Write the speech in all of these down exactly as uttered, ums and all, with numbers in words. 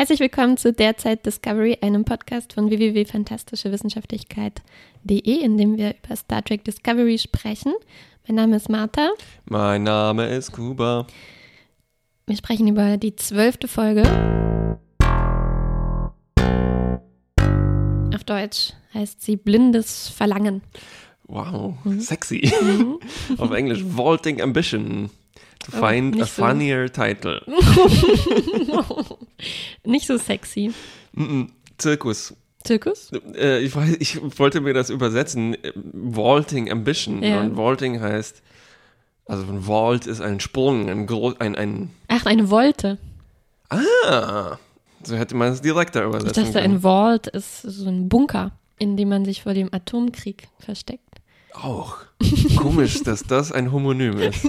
Herzlich willkommen zu Derzeit Discovery, einem Podcast von w w w punkt fantastische wissenschaftlichkeit punkt d e, in dem wir über Star Trek Discovery sprechen. Mein Name ist Martha. Mein Name ist Kuba. Wir sprechen über die zwölfte Folge. Auf Deutsch heißt sie Blindes Verlangen. Wow, mhm. sexy. Mhm. Auf Englisch Vaulting Ambition. To oh, find a so. funnier title. Nicht so sexy. Mm-mm. Zirkus. Zirkus? Äh, ich, weiß, ich wollte mir das übersetzen. Vaulting Ambition. Ja. Und Vaulting heißt, also ein Vault ist ein Sprung, ein, Gro- ein, ein Ach, eine Volte. Ah, so hätte man es direkter übersetzen Ich dachte, können. ein Vault ist so ein Bunker, in dem man sich vor dem Atomkrieg versteckt. Auch. Komisch, dass das ein Homonym ist.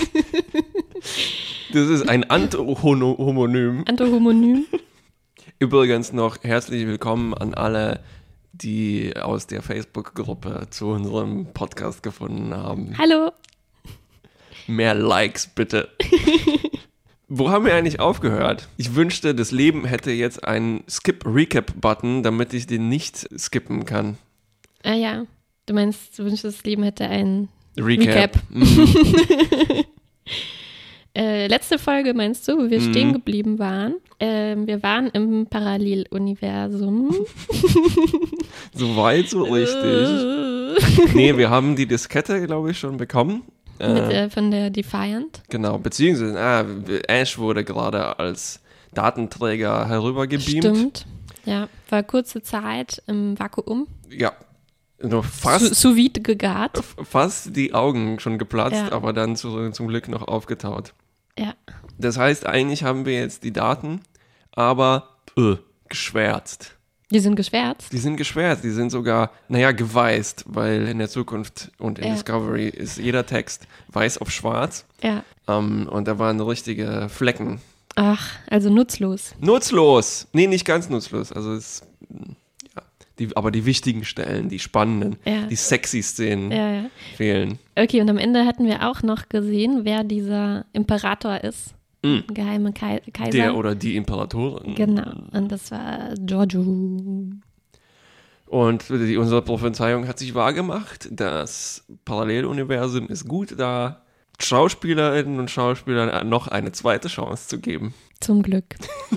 Das ist ein Antohomonym. Antohomonym. Übrigens noch herzlich willkommen an alle, die aus der Facebook-Gruppe zu unserem Podcast gefunden haben. Hallo. Mehr Likes, bitte. Wo haben wir eigentlich aufgehört? Ich wünschte, das Leben hätte jetzt einen Skip-Recap-Button, damit ich den nicht skippen kann. Ah ja. Du meinst, du wünschst, das Leben hätte einen Recap. Recap. Mhm. äh, letzte Folge meinst du, wo wir mhm. stehen geblieben waren. Äh, wir waren im Paralleluniversum. So weit, so richtig. Nee, wir haben die Diskette, glaube ich, schon bekommen. Mit, äh, von der Defiant. Genau, beziehungsweise ah, Ash wurde gerade als Datenträger herübergebeamt. Stimmt, ja. War kurze Zeit im Vakuum. Ja. Noch fast, sous vide gegart. Fast die Augen schon geplatzt, ja. aber dann zu, zum Glück noch aufgetaut. Ja. Das heißt, eigentlich haben wir jetzt die Daten, aber äh, geschwärzt. Die sind geschwärzt? Die sind geschwärzt, die sind sogar, naja, geweißt, weil in der Zukunft und in ja. Discovery ist jeder Text weiß auf schwarz. Ja. Um, und da waren richtige Flecken. Ach, also nutzlos. Nutzlos! Nee, nicht ganz nutzlos. Also es Die, aber die wichtigen Stellen, die spannenden, ja. die sexy Szenen ja, ja. fehlen. Okay, und am Ende hatten wir auch noch gesehen, wer dieser Imperator ist. Mm. Geheime Kai- Kaiser. Der oder die Imperatorin. Genau, und das war Giorgio. Und die, unsere Prophezeiung hat sich wahrgemacht. Das Paralleluniversum ist gut da, Schauspielerinnen und Schauspielern noch eine zweite Chance zu geben. Zum Glück.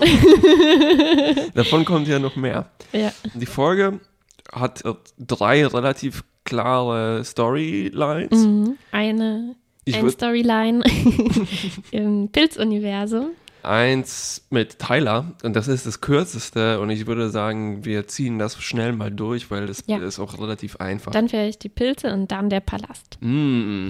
Davon kommt ja noch mehr. Ja. Die Folge hat drei relativ klare Storylines. Mhm. Eine, eine Storyline im Pilzuniversum. Eins mit Tyler, und das ist das kürzeste, und ich würde sagen, wir ziehen das schnell mal durch, weil das ja. ist auch relativ einfach. Dann vielleicht die Pilze und dann der Palast. Mm.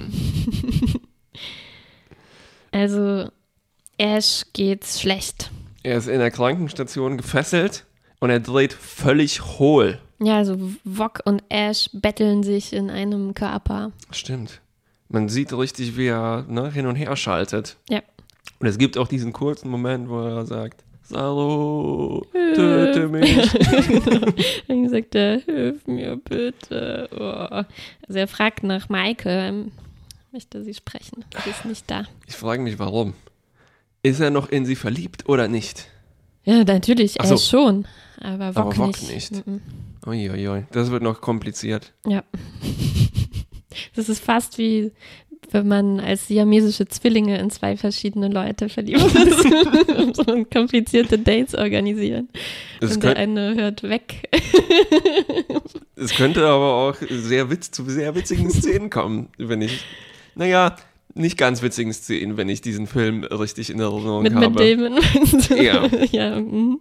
Also Ash geht's schlecht. Er ist in der Krankenstation gefesselt und er dreht völlig hohl. Ja, also Vok und Ash betteln sich in einem Körper. Stimmt. Man sieht richtig, wie er ne, hin und her schaltet. Ja. Und es gibt auch diesen kurzen Moment, wo er sagt, Saru, töte mich. Dann sagt er, hilf mir bitte. Oh. Also er fragt nach Maike, möchte sie sprechen. Sie ist nicht da. Ich frage mich, warum. Ist er noch in sie verliebt oder nicht? Ja, natürlich, er so. schon. Aber Vok aber Vok nicht. nicht. Mhm. Uiuiui, das wird noch kompliziert. Ja. Das ist fast wie, wenn man als siamesische Zwillinge in zwei verschiedene Leute verliebt ist. So komplizierte Dates organisieren. Es Und der eine hört weg. Es könnte aber auch sehr witz, zu sehr witzigen Szenen kommen, wenn ich, naja, nicht ganz witzigen Szenen, wenn ich diesen Film richtig in Erinnerung mit, habe. Mit Damon. Ja. ja mm.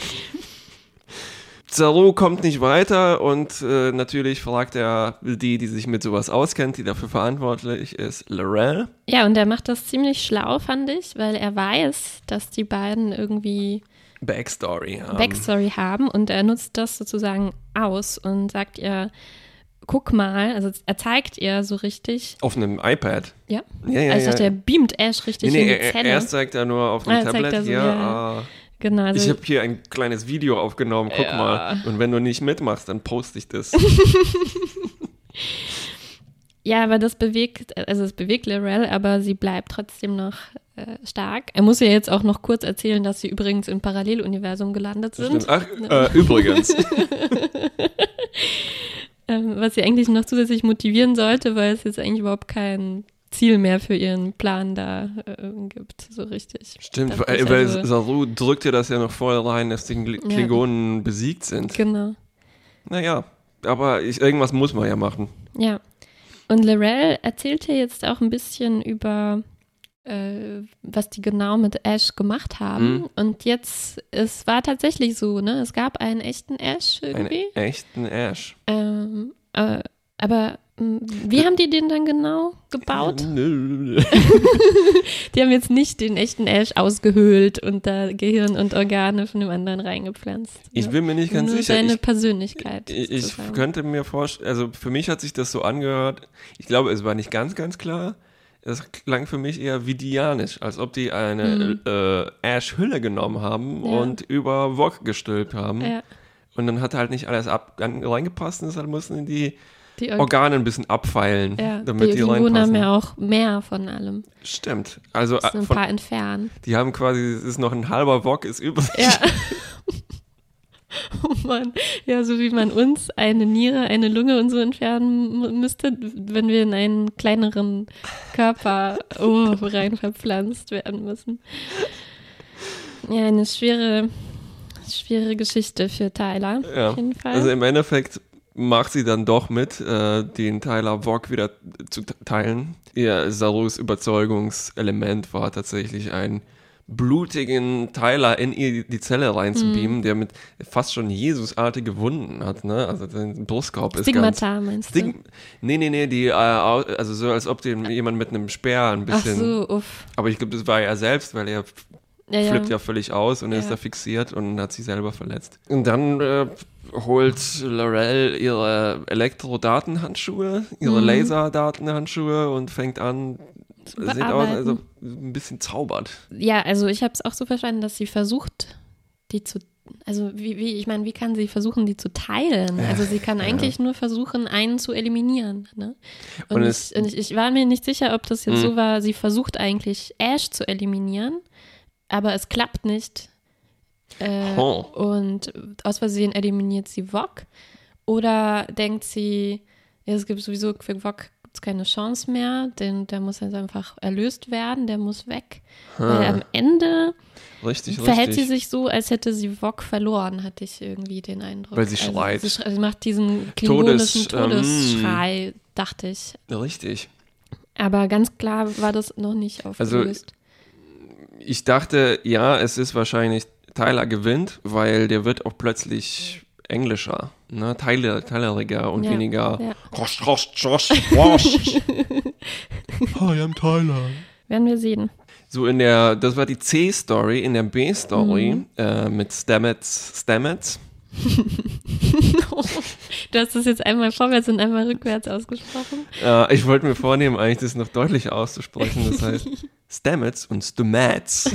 Saru kommt nicht weiter und äh, natürlich fragt er die, die sich mit sowas auskennt, die dafür verantwortlich ist, L'Rell. Ja, und er macht das ziemlich schlau, fand ich, weil er weiß, dass die beiden irgendwie Backstory haben. Backstory haben und er nutzt das sozusagen aus und sagt ihr, guck mal, also er zeigt ihr so richtig. Auf einem iPad? Ja. ja, ja also ich ja. dachte, er beamt Ash richtig nee, nee, in die Zelle. Erst zeigt er nur auf dem ah, Tablet. er so, ja, ja. Ah. Genau, also ich habe hier ein kleines Video aufgenommen, guck ja. mal. Und wenn du nicht mitmachst, dann poste ich das. Ja, aber das bewegt, also es bewegt L'Rell, aber sie bleibt trotzdem noch äh, stark. Er muss ja jetzt auch noch kurz erzählen, dass sie übrigens im Paralleluniversum gelandet sind. Ach, äh, übrigens. ähm, was sie eigentlich noch zusätzlich motivieren sollte, weil es jetzt eigentlich überhaupt kein Ziel mehr für ihren Plan da äh, gibt, so richtig. Stimmt, Das weil, ist weil also- Saru drückt ja das ja noch vorher rein, dass die Kl- Ja. Klingonen besiegt sind. Genau, Naja, aber ich, irgendwas muss man ja machen. ja. Und L'Rell erzählt hier jetzt auch ein bisschen über, äh, was die genau mit Ash gemacht haben. Mhm. Und jetzt, es war tatsächlich so, ne? Es gab einen echten Ash irgendwie. Einen echten Ash. Ähm, äh, aber mh, wie haben die den dann genau gebaut? Nö. Die haben jetzt nicht den echten Ash ausgehöhlt und da Gehirn und Organe von dem anderen reingepflanzt. Ich ne? bin mir nicht ganz Nur sicher. seine Ich, Persönlichkeit. ich, ich sozusagen. könnte mir vorstellen, also für mich hat sich das so angehört, ich glaube, es war nicht ganz, ganz klar. Es klang für mich eher vidianisch, als ob die eine äh, Ash-Hülle genommen haben Ja. und über Wok gestülpt haben. Ja, Und dann hat halt nicht alles ab, an, reingepasst und deshalb mussten die die Or Organe ein bisschen abfeilen, ja, damit die die, Klingonen haben reinpassen. ja auch mehr von allem. Stimmt. Also Das sind äh, ein von, paar entfernen. die haben quasi, es ist noch ein halber Wok ist übrig. Ja. Oh Mann, ja, so wie man uns eine Niere, eine Lunge und so entfernen m- müsste, wenn wir in einen kleineren Körper oh, rein verpflanzt werden müssen. Ja, eine schwere, schwere Geschichte für Tyler, Ja. auf jeden Fall. Also im Endeffekt macht sie dann doch mit, äh, den Tyler Wok wieder zu t- teilen. Ja, Sarus Überzeugungselement war tatsächlich ein blutigen Tyler in ihr die Zelle reinzubeamen, Mhm. der mit fast schon Jesusartige Wunden hat, ne? Also sein Brustkorb ist ganz... Stigmata meinst Stig du? nee, nee, nee, die, äh, au- also so, als ob den jemand mit einem Speer ein Ach bisschen... so, uff. Aber ich glaube, das war er selbst, weil er Ja, ja. flippt ja völlig aus und Ja. ist da fixiert und hat sich selber verletzt. Und dann äh, holt L'Rell ihre Elektrodatenhandschuhe, ihre Mhm. Laserdatenhandschuhe und fängt an, Zu sieht aus, bearbeiten. also ein bisschen zaubert. Ja, also ich habe es auch so verstanden, dass sie versucht, die zu, also wie, wie ich meine, wie kann sie versuchen, die zu teilen? Also sie kann eigentlich nur versuchen, einen zu eliminieren. Ne? Und, Und ich, es- und ich, ich war mir nicht sicher, ob das jetzt Mhm. so war, sie versucht eigentlich Ash zu eliminieren, aber es klappt nicht. Äh, Oh. Und aus Versehen eliminiert sie Wok. Oder denkt sie, ja, es gibt sowieso für Wok gibt's keine Chance mehr, denn der muss jetzt einfach erlöst werden, der muss weg. Weil am Ende Richtig, verhält sie richtig. sich so, als hätte sie Wok verloren, hatte ich irgendwie den Eindruck. Weil sie schreit. Sie, schreit, sie macht diesen klingonischen Todes- Todesschrei, dachte ich. Richtig. Aber ganz klar war das noch nicht Also, aufgelöst. Ich dachte, ja, es ist wahrscheinlich, Tyler gewinnt, weil der wird auch plötzlich englischer, ne? Tyler, Tyleriger und Ja, weniger ja. Rost, Rost, Rost, Rost. Hi, I'm Tyler. Werden wir sehen. So in der, das war die C-Story, in der B-Story Mhm. äh, mit Stamets, Stamets. Du hast das jetzt einmal vorwärts und einmal rückwärts ausgesprochen. Äh, ich wollte mir vornehmen, eigentlich das noch deutlicher auszusprechen, das heißt Stamets und Stamets.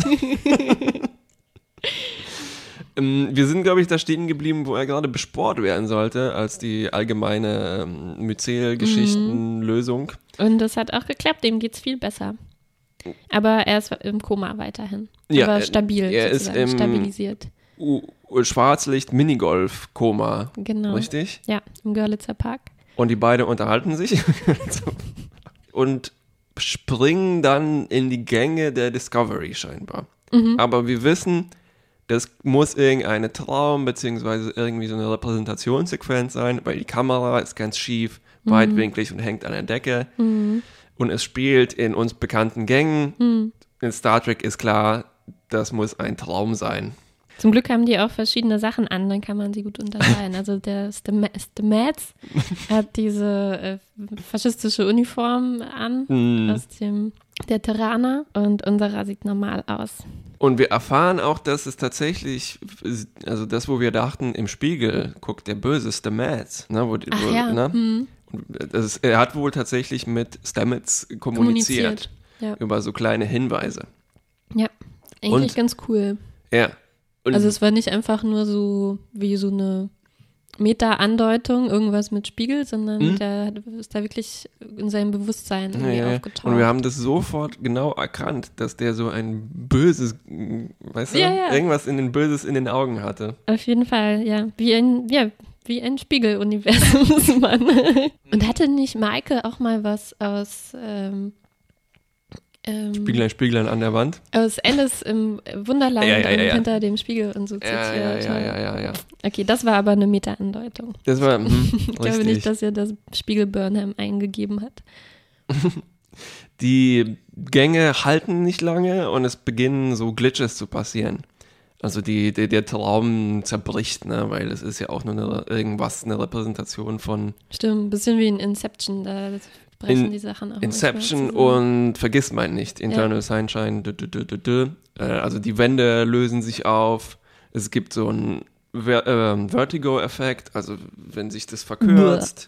ähm, wir sind, glaube ich, da stehen geblieben, wo er gerade besport werden sollte, als die allgemeine ähm, Myzel-Geschichten-Lösung. Und das hat auch geklappt, dem geht's viel besser. Aber er ist im Koma weiterhin. Ja, Aber er- stabil, er ist sozusagen, im- stabilisiert. U- Schwarzlicht-Minigolf-Koma, Genau. richtig? Ja, im Görlitzer Park. Und die beiden unterhalten sich und springen dann in die Gänge der Discovery scheinbar. Mhm. Aber wir wissen, das muss irgendeine Traum- beziehungsweise irgendwie so eine Repräsentationssequenz sein, weil die Kamera ist ganz schief, Mhm. weitwinklig und hängt an der Decke. Mhm. Und es spielt in uns bekannten Gängen. Mhm. In Star Trek ist klar, das muss ein Traum sein. Zum Glück haben die auch verschiedene Sachen an, dann kann man sie gut unterscheiden. Also der Stamets hat diese äh, faschistische Uniform an, Mhm. aus dem der Terraner, und unserer sieht normal aus. Und wir erfahren auch, dass es tatsächlich, also das, wo wir dachten, im Spiegel guckt der böse Stamets. Ne, wo, Ach wo, ja, ne? mhm. Das ist, er hat wohl tatsächlich mit Stamets kommuniziert, Ja, über so kleine Hinweise. ja. eigentlich Und- ganz cool. Ja. Und Also es war nicht einfach nur so wie so eine Meta-Andeutung, irgendwas mit Spiegel, sondern Hm? der ist da wirklich in seinem Bewusstsein irgendwie Ja, ja. aufgetaucht. Und wir haben das sofort genau erkannt, dass der so ein böses, weißt du, Ja, ja. irgendwas in den Böses in den Augen hatte. Auf jeden Fall, ja. Wie ein, ja, wie ein Spiegeluniversumsmann. Und hatte nicht Maike auch mal was aus, ähm, ähm, Spieglein, Spieglein an der Wand. aus Alice im Wunderland Ja, ja, ja, und ja. hinter dem Spiegel und so zitiert? Ja, ja, ja, ja, ja, ja. Okay, das war aber eine Meta-Andeutung. Das war, hm, Ich glaube richtig. nicht, dass er das Spiegel Burnham eingegeben hat. Die Gänge halten nicht lange und es beginnen so Glitches zu passieren. Also die, die, der Traum zerbricht, ne, weil es ist ja auch nur eine, irgendwas, eine Repräsentation von Stimmt, ein bisschen wie in Inception, da brechen In- die Sachen auch Inception manchmal zusammen. und vergiss mein nicht, Internal Sunshine, dü, dü, dü, dü, dü. Äh, also die Wände lösen sich auf, es gibt so einen Ver ähm, Vertigo-Effekt, also wenn sich das verkürzt.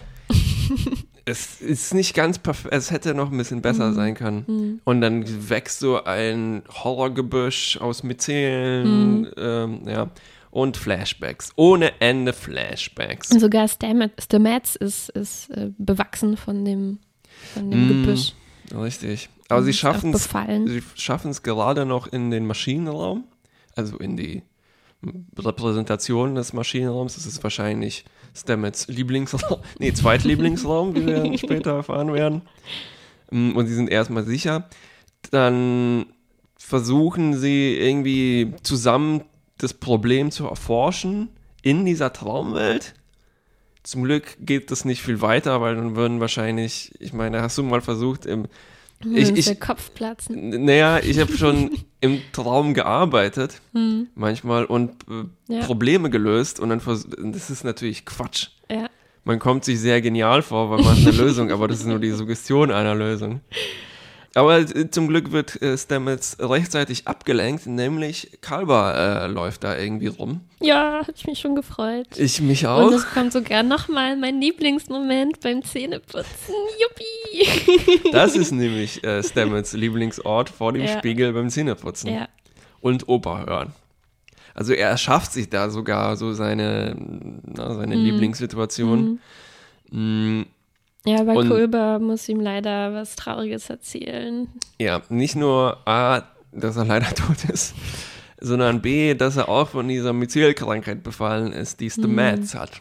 Es ist nicht ganz perfekt, es hätte noch ein bisschen besser Mhm. sein können. Hm. Und dann wächst so ein Horrorgebüsch aus Myzelen, Mhm. ähm, ja, und Flashbacks. Ohne Ende Flashbacks. Und sogar Stamets, Stamets ist, ist äh, bewachsen von dem, von dem Mm, Gebüsch. Richtig. Aber Und sie ist auch schaffen es befallen. sie schaffen es gerade noch in den Maschinenraum, also in die Repräsentation des Maschinenraums. Das ist wahrscheinlich Stamets Lieblingsraum, nee, Zweitlieblingsraum, wie wir dann später erfahren werden. Und sie sind erstmal sicher. Dann versuchen sie irgendwie zusammen das Problem zu erforschen in dieser Traumwelt. Zum Glück geht das nicht viel weiter, weil dann würden wahrscheinlich, ich meine, hast du mal versucht, im Ich- Uns ich- der Kopf platzen. Naja, ich habe schon im Traum gearbeitet, Hm. manchmal, und äh, Ja. Probleme gelöst. Und dann, vers- das ist natürlich Quatsch. Ja. Man kommt sich sehr genial vor, weil man hat eine Lösung, aber das ist nur die Suggestion einer Lösung. Aber äh, zum Glück wird äh, Stamets rechtzeitig abgelenkt, nämlich Kalber äh, läuft da irgendwie rum. Ja, hab ich mich schon gefreut. Ich mich Und auch. es kommt sogar nochmal mein Lieblingsmoment beim Zähneputzen. Juppie! Das ist nämlich äh, Stamets Lieblingsort vor dem Ja. Spiegel beim Zähneputzen. Ja. Und Oper hören. Also er erschafft sich da sogar so seine, na, seine Mhm. Lieblingssituation. Mhm. Mm, Ja, aber Und- Kulber muss ihm leider was Trauriges erzählen. ja, nicht nur A, dass er leider tot ist, sondern B, dass er auch von dieser Myzelkrankheit befallen ist, die Stamets hat.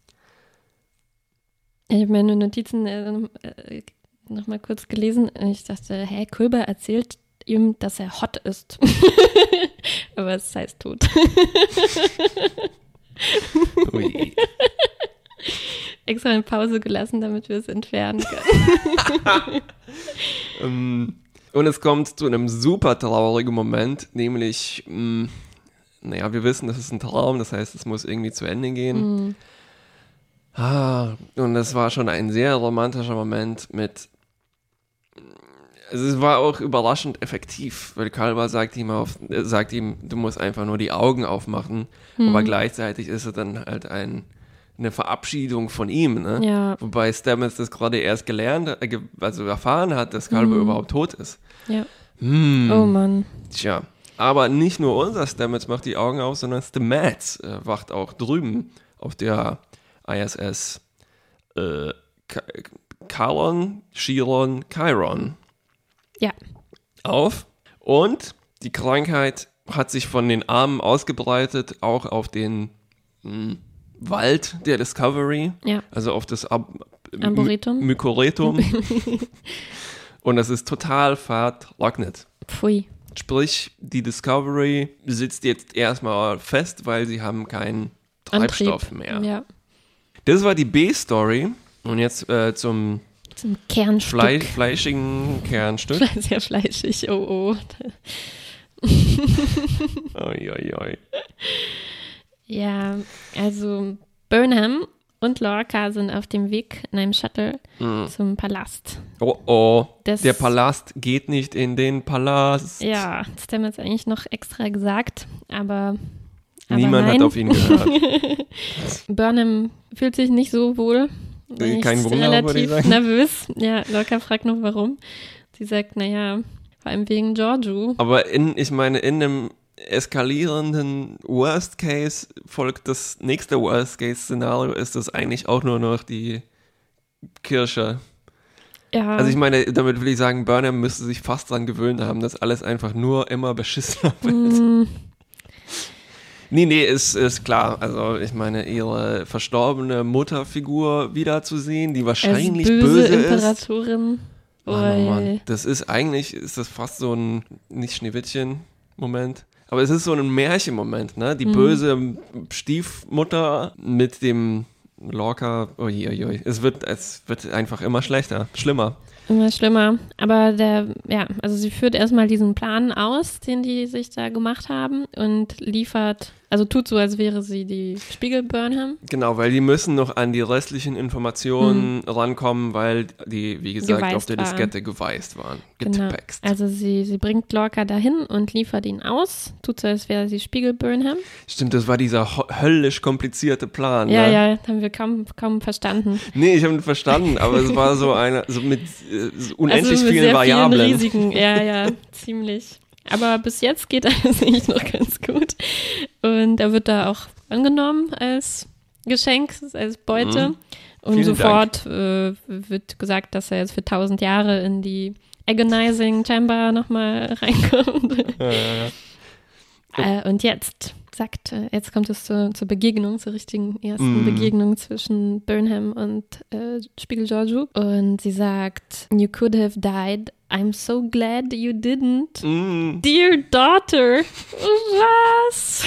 Ich habe meine Notizen äh, äh, nochmal kurz gelesen. Ich dachte, hä, Kulber erzählt ihm, dass er hot ist. Aber es heißt tot. Ui. Extra eine Pause gelassen, damit wir es entfernen können. Ähm, Und es kommt zu einem super traurigen Moment, nämlich, mh, naja, wir wissen, das ist ein Traum, das heißt, es muss irgendwie zu Ende gehen. Mhm. Ah, und es war schon ein sehr romantischer Moment mit, also es war auch überraschend effektiv, weil Kalber sagt ihm, auf, äh, sagt ihm, du musst einfach nur die Augen aufmachen, Mhm. aber gleichzeitig ist es dann halt ein, eine Verabschiedung von ihm, ne? Ja, Wobei Stamets das gerade erst gelernt, äh, ge- also erfahren hat, dass Kalber Mhm. überhaupt tot ist. ja. Hm. Oh Mann. Tja, aber nicht nur unser Stamets macht die Augen auf, sondern Stamets äh, wacht auch drüben auf der I S S äh, Ka- Chiron, Chiron, Chiron Ja. auf. Und die Krankheit hat sich von den Armen ausgebreitet, auch auf den mh, Wald der Discovery, Ja. also auf das Ab Arboretum. My Mykoretum. Und das ist total vertrocknet. Pfui. Sprich, die Discovery sitzt jetzt erstmal fest, weil sie haben keinen Treibstoff Antrieb. mehr. Ja. Das war die B-Story. Und jetzt äh, zum Zum Kernstück. Flei fleischigen Kernstück. Sehr fleischig, oh oh. Oi, oi, oi. Ja, also Burnham und Lorca sind auf dem Weg in einem Shuttle Mm. zum Palast. Oh, oh. Das- Der Palast geht nicht in den Palast. Ja, das haben wir jetzt eigentlich noch extra gesagt, aber, aber Niemand nein. hat auf ihn gehört. Burnham fühlt sich nicht so wohl. Äh, kein Ist Wunder, würde ich relativ sagen. nervös. Ja, Lorca fragt noch, warum. Sie sagt, naja, vor allem wegen Giorgio. Aber in, ich meine, in dem, eskalierenden Worst Case folgt das nächste Worst Case Szenario, ist das eigentlich auch nur noch die Kirsche. Ja. Also ich meine, damit will ich sagen, Burnham müsste sich fast dran gewöhnt haben, dass alles einfach nur immer beschissener wird. Mm. Nee, nee, ist, ist klar. Also ich meine, ihre verstorbene Mutterfigur wiederzusehen, die wahrscheinlich Als böse, böse Imperatorin. ist. Mann, oh Mann. Das ist eigentlich, ist das fast so ein, nicht Schneewittchen-Moment, aber es ist so ein Märchenmoment, ne? Die mhm. böse Stiefmutter mit dem Lorca, uiuiui. Es wird, es wird einfach immer schlechter, schlimmer. Immer schlimmer. Aber der, ja, also sie führt erstmal diesen Plan aus, den die sich da gemacht haben und liefert, also tut so, als wäre sie die Spiegel Burnham. Genau, weil die müssen noch an die restlichen Informationen hm. rankommen, weil die, wie gesagt, geweist auf der Diskette waren. geweißt waren, getippext. Genau. Also sie, sie bringt Lorca dahin und liefert ihn aus, tut so, als wäre sie Spiegel Burnham. Stimmt, das war dieser ho- höllisch komplizierte Plan. Ja, ne? ja, haben wir kaum, kaum verstanden. Nee, ich habe ihn verstanden, aber es war so eine, so mit äh, so unendlich also mit vielen sehr Variablen. Vielen Risiken. Ja, ja, ziemlich. Aber bis jetzt geht alles eigentlich noch ganz gut. Und er wird da auch angenommen als Geschenk, als Beute. Mhm. Und Vielen sofort äh, wird gesagt, dass er jetzt für tausend Jahre in die Agonizing Chamber nochmal reinkommt. Ja, ja, ja. Äh, und jetzt sagt, äh, jetzt kommt es zur, zur Begegnung, zur richtigen ersten mm. Begegnung zwischen Burnham und äh, Spiegel Georgiou. Und sie sagt, you could have died. I'm so glad you didn't. Mm. Dear daughter. Was?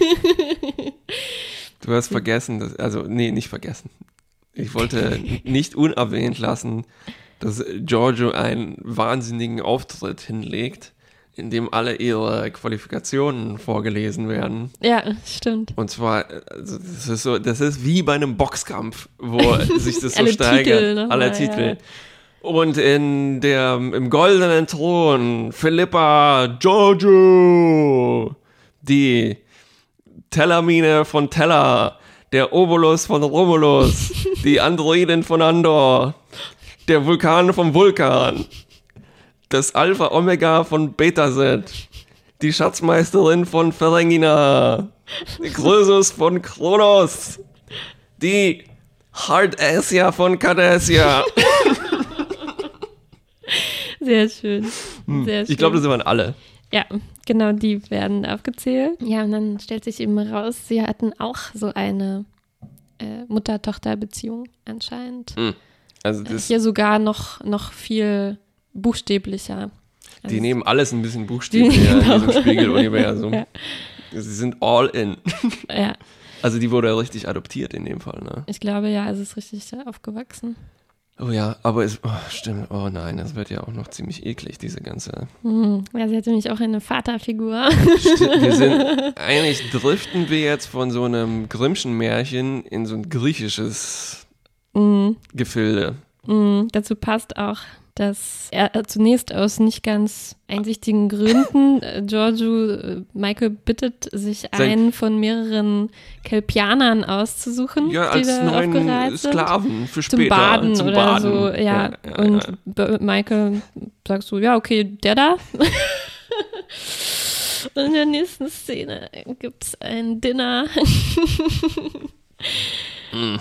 Du hast vergessen, dass, also nee, nicht vergessen. Ich wollte nicht unerwähnt lassen, dass Georgiou einen wahnsinnigen Auftritt hinlegt, in dem alle ihre Qualifikationen vorgelesen werden. Ja, stimmt. Und zwar, also das ist so, das ist wie bei einem Boxkampf, wo sich das so alle steigert. Titel noch alle mal, Titel. Ja. Und in der, im goldenen Thron Philippa Georgiou, die Tellermine von Teller, der Obolus von Romulus, die Androiden von Andor, der Vulkan vom Vulkan, das Alpha Omega von Betaset, die Schatzmeisterin von Ferengina, die Krösus von Kronos, die Hard-Asia von Cardassia. Sehr schön. Sehr ich schön. glaube, das waren alle. Ja, genau, die werden aufgezählt. Ja, und dann stellt sich eben raus, sie hatten auch so eine äh, Mutter-Tochter-Beziehung anscheinend. Mhm. Also das Hier sogar noch, noch viel buchstäblicher. Die also nehmen alles ein bisschen buchstäblicher genau. in diesem Spiegeluniversum. Ja. Sie sind all in. Ja. Also die wurde richtig adoptiert in dem Fall, ne? Ich glaube, ja, es ist richtig aufgewachsen. Oh ja, aber es, oh, stimmt, oh nein, das wird ja auch noch ziemlich eklig, diese ganze... Mhm. Ja, sie hat nämlich auch eine Vaterfigur. Stimmt, wir sind, eigentlich driften wir jetzt von so einem Grimmschen Märchen in so ein griechisches mhm. Gefilde. Mhm. Dazu passt auch, dass er zunächst aus nicht ganz einsichtigen Gründen äh, Georgiou äh, Michael bittet, sich Sein einen von mehreren Kelpianern auszusuchen, ja, die als da neuen aufgereiht sind. Sklaven für zum später. Baden zum oder Baden. so. Ja, ja, ja und ja. B- Michael sagt so, ja, okay, der da. Und in der nächsten Szene gibt es ein Dinner. mm.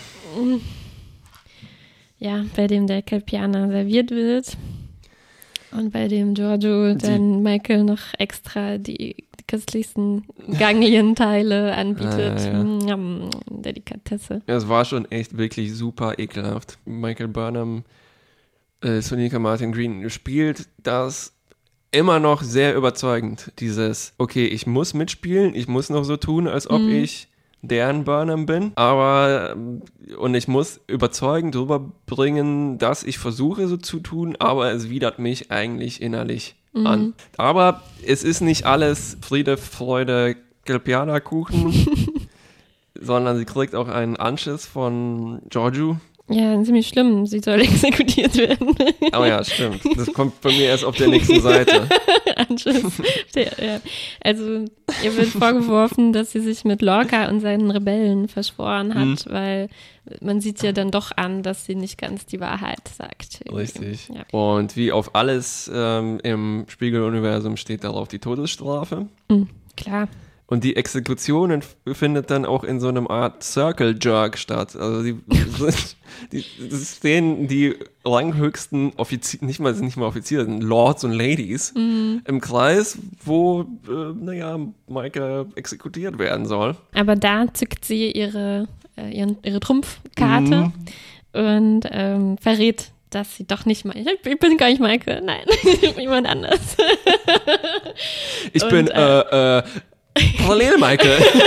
Ja, bei dem der Kelpianer serviert wird und bei dem Georgiou dann Michael noch extra die köstlichsten Ganglienteile anbietet. Ah, ja. Mm, Delikatesse. Ja, es war schon echt wirklich super ekelhaft. Michael Burnham, äh, Sonequa Martin Green spielt das immer noch sehr überzeugend. Dieses, okay, ich muss mitspielen, ich muss noch so tun, als ob mhm. ich deren Burnham bin, aber und ich muss überzeugend rüberbringen, dass ich versuche so zu tun, aber es widert mich eigentlich innerlich mhm. an. Aber es ist nicht alles Friede, Freude, Kelpianerkuchen, sondern sie kriegt auch einen Anschiss von Georgiou. Ja, ziemlich schlimm. Sie soll exekutiert werden. Oh ja, stimmt. Das kommt bei mir erst auf der nächsten Seite. Anschiss. Der, ja. Also ihr wird vorgeworfen, dass sie sich mit Lorca und seinen Rebellen verschworen hat, mhm. weil man sieht ja dann doch an, dass sie nicht ganz die Wahrheit sagt. Irgendwie. Richtig. Ja. Und wie auf alles ähm, im Spiegeluniversum steht darauf die Todesstrafe. Mhm. Klar. Und die Exekution f- findet dann auch in so einem Art Circle Jerk statt. Also die, die das stehen die ranghöchsten Offiziere, nicht mal, nicht mal Offiziere, Lords und Ladies Mhm. im Kreis, wo, äh, naja, Maike exekutiert werden soll. Aber da zückt sie ihre, äh, ihren, ihre Trumpfkarte Mhm. und ähm, verrät, dass sie doch nicht mal, ich bin gar nicht Maike, nein, ich bin jemand anders. Ich Und, bin, äh, äh, Parallel Maike.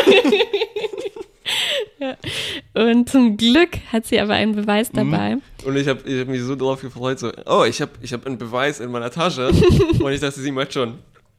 Ja. Und zum Glück hat sie aber einen Beweis dabei. Und ich habe ich hab mich so drauf gefreut, so, oh, ich habe ich hab einen Beweis in meiner Tasche. Und ich dachte, sie macht schon.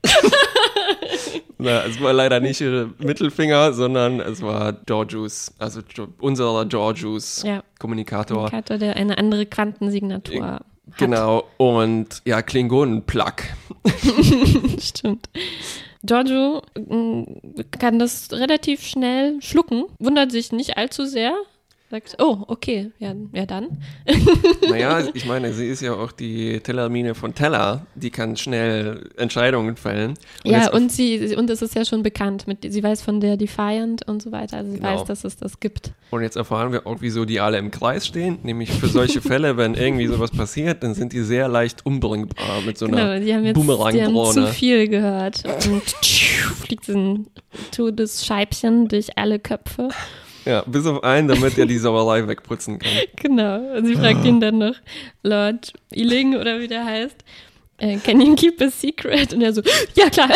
Na, es war leider nicht ihre Mittelfinger, sondern es war Georgius, also jo- unser Georgius Ja. Kommunikator. Kommunikator, der eine andere Quantensignatur hat. Genau, und ja, Klingonen-Plug. Stimmt. Giorgio mm, kann das relativ schnell schlucken, wundert sich nicht allzu sehr. Sagt, oh, okay, ja, ja dann. Naja, ich meine, sie ist ja auch die Tellermine von Teller, die kann schnell Entscheidungen fällen. Und Ja, jetzt- und sie und es ist ja schon bekannt. Mit, sie weiß von der Defiant und so weiter. Also sie Genau. weiß, dass es das gibt. Und jetzt erfahren wir auch, wieso die alle im Kreis stehen. Nämlich für solche Fälle, wenn irgendwie sowas passiert, dann sind die sehr leicht umbringbar mit so einer Genau, die haben jetzt die haben zu Boomerang-Drohne. viel gehört. Und fliegt so ein Todesscheibchen durch alle Köpfe. Ja, bis auf einen, damit er die Sauerei wegputzen kann. Genau. Und sie fragt ihn dann noch, Lord Ealing oder wie der heißt, äh, can you keep a secret? Und er so, ja klar.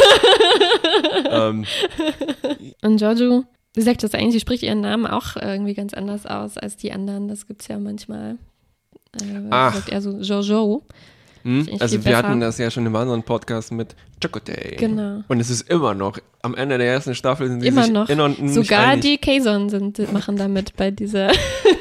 ähm, Und Giorgio, sie sagt das eigentlich, sie spricht ihren Namen auch irgendwie ganz anders aus als die anderen. Das gibt's ja manchmal. Äh, Ach. sagt er so Giorgio. hm? Finde ich Also viel wir besser. hatten das ja schon im anderen Podcast mit Chakotay. Genau. Und es ist immer noch, am Ende der ersten Staffel sind sie Immer sich noch. in und nicht Sogar einig. die Kazon sind, machen damit bei dieser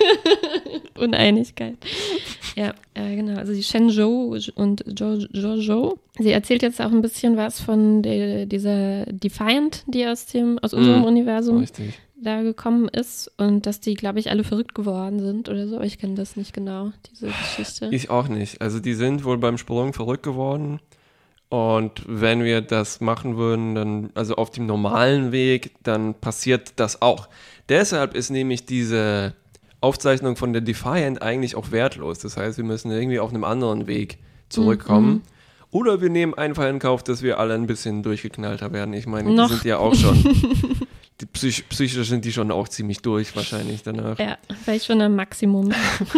Uneinigkeit. Ja, äh, genau. Also die Shenzhou und Jo- Giorgio. Sie erzählt jetzt auch ein bisschen was von der, dieser Defiant, die aus dem aus unserem Mm, Universum Richtig. da gekommen ist und dass die, glaube ich, alle verrückt geworden sind oder so. Aber ich kenne das nicht genau, diese Geschichte. Ich auch nicht. Also die sind wohl beim Sprung verrückt geworden. Und wenn wir das machen würden, dann, also auf dem normalen Weg, dann passiert das auch. Deshalb ist nämlich diese Aufzeichnung von der Defiant eigentlich auch wertlos. Das heißt, wir müssen irgendwie auf einem anderen Weg zurückkommen. Mhm. Oder wir nehmen einfach in Kauf, dass wir alle ein bisschen durchgeknallter werden. Ich meine, Noch. die sind ja auch schon, die psych psychisch sind die schon auch ziemlich durch wahrscheinlich danach. Ja, vielleicht schon am Maximum.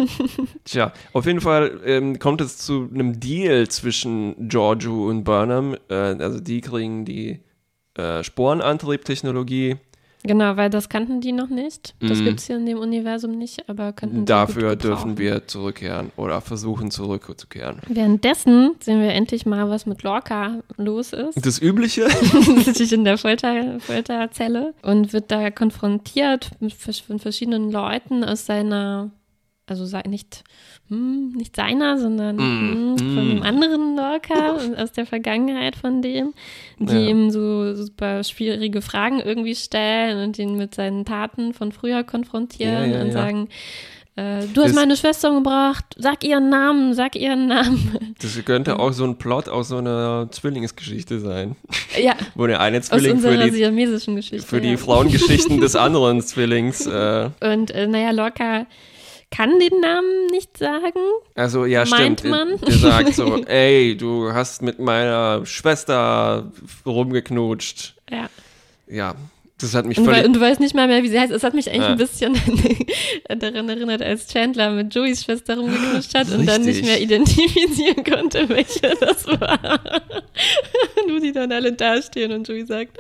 Tja, auf jeden Fall ähm, kommt es zu einem Deal zwischen Giorgio und Burnham. Äh, also die kriegen die äh, Sporenantriebtechnologie. Genau, weil das kannten die noch nicht. Das Mhm. gibt es hier in dem Universum nicht, aber könnten sie Dafür gut gebrauchen. dürfen wir zurückkehren oder versuchen zurückzukehren. Währenddessen sehen wir endlich mal, was mit Lorca los ist. Das Übliche? Sitzt sich in der Folter, Folterzelle und wird da konfrontiert mit vers- von verschiedenen Leuten aus seiner, also sei, nicht, hm, nicht seiner, sondern Mm, hm, von mm. einem anderen Lorca und aus der Vergangenheit von dem, die Ja. ihm so super schwierige Fragen irgendwie stellen und ihn mit seinen Taten von früher konfrontieren Ja, ja, und ja. sagen, äh, du hast Das- meine Schwester umgebracht, sag ihren Namen, sag ihren Namen. Das könnte auch so ein Plot aus so einer Zwillingsgeschichte sein, Ja, wo der eine aus Zwilling für unserer die, siamesischen Geschichte. für die ja. Frauengeschichten des anderen Zwillings. Äh, Und äh, naja, Lorca kann den Namen nicht sagen. Also ja, Meint stimmt. man? Der sagt so, ey, du hast mit meiner Schwester rumgeknutscht. Ja. Ja, das hat mich Und, völlig... weil, und du weißt nicht mal mehr, wie sie heißt. Es hat mich eigentlich Ja. ein bisschen daran erinnert, als Chandler mit Joeys Schwester rumgeknutscht hat und dann nicht Richtig. mehr identifizieren konnte, welche das war. Und wo die dann alle dastehen und Joey sagt,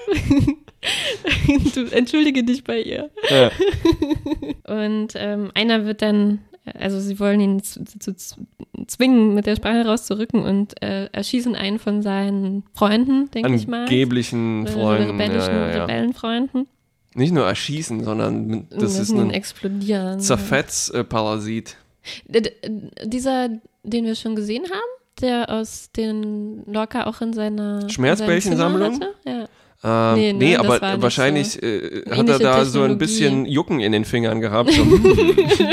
du entschuldige dich bei ihr. ja. Und ähm, einer wird dann, also sie wollen ihn zu, zu, zu zwingen, mit der Sprache rauszurücken und äh, erschießen einen von seinen Freunden, denke ich mal. Angeblichen Äh, Freunden. rebellischen Ja, ja, ja. Rebellenfreunden. Nicht nur erschießen, sondern das Und ist lassen ihn ein explodieren. Zerfetz-Parasit. D- d- Dieser, den wir schon gesehen haben, der aus den Lorca auch in seiner Schmerzbällchensammlung? in seinem Zimmer hatte? Ja. Ähm, Nee, nee, ne, das aber war nicht wahrscheinlich äh, hat er Ähnliche da so ein Technologie. bisschen Jucken in den Fingern gehabt. So, hm.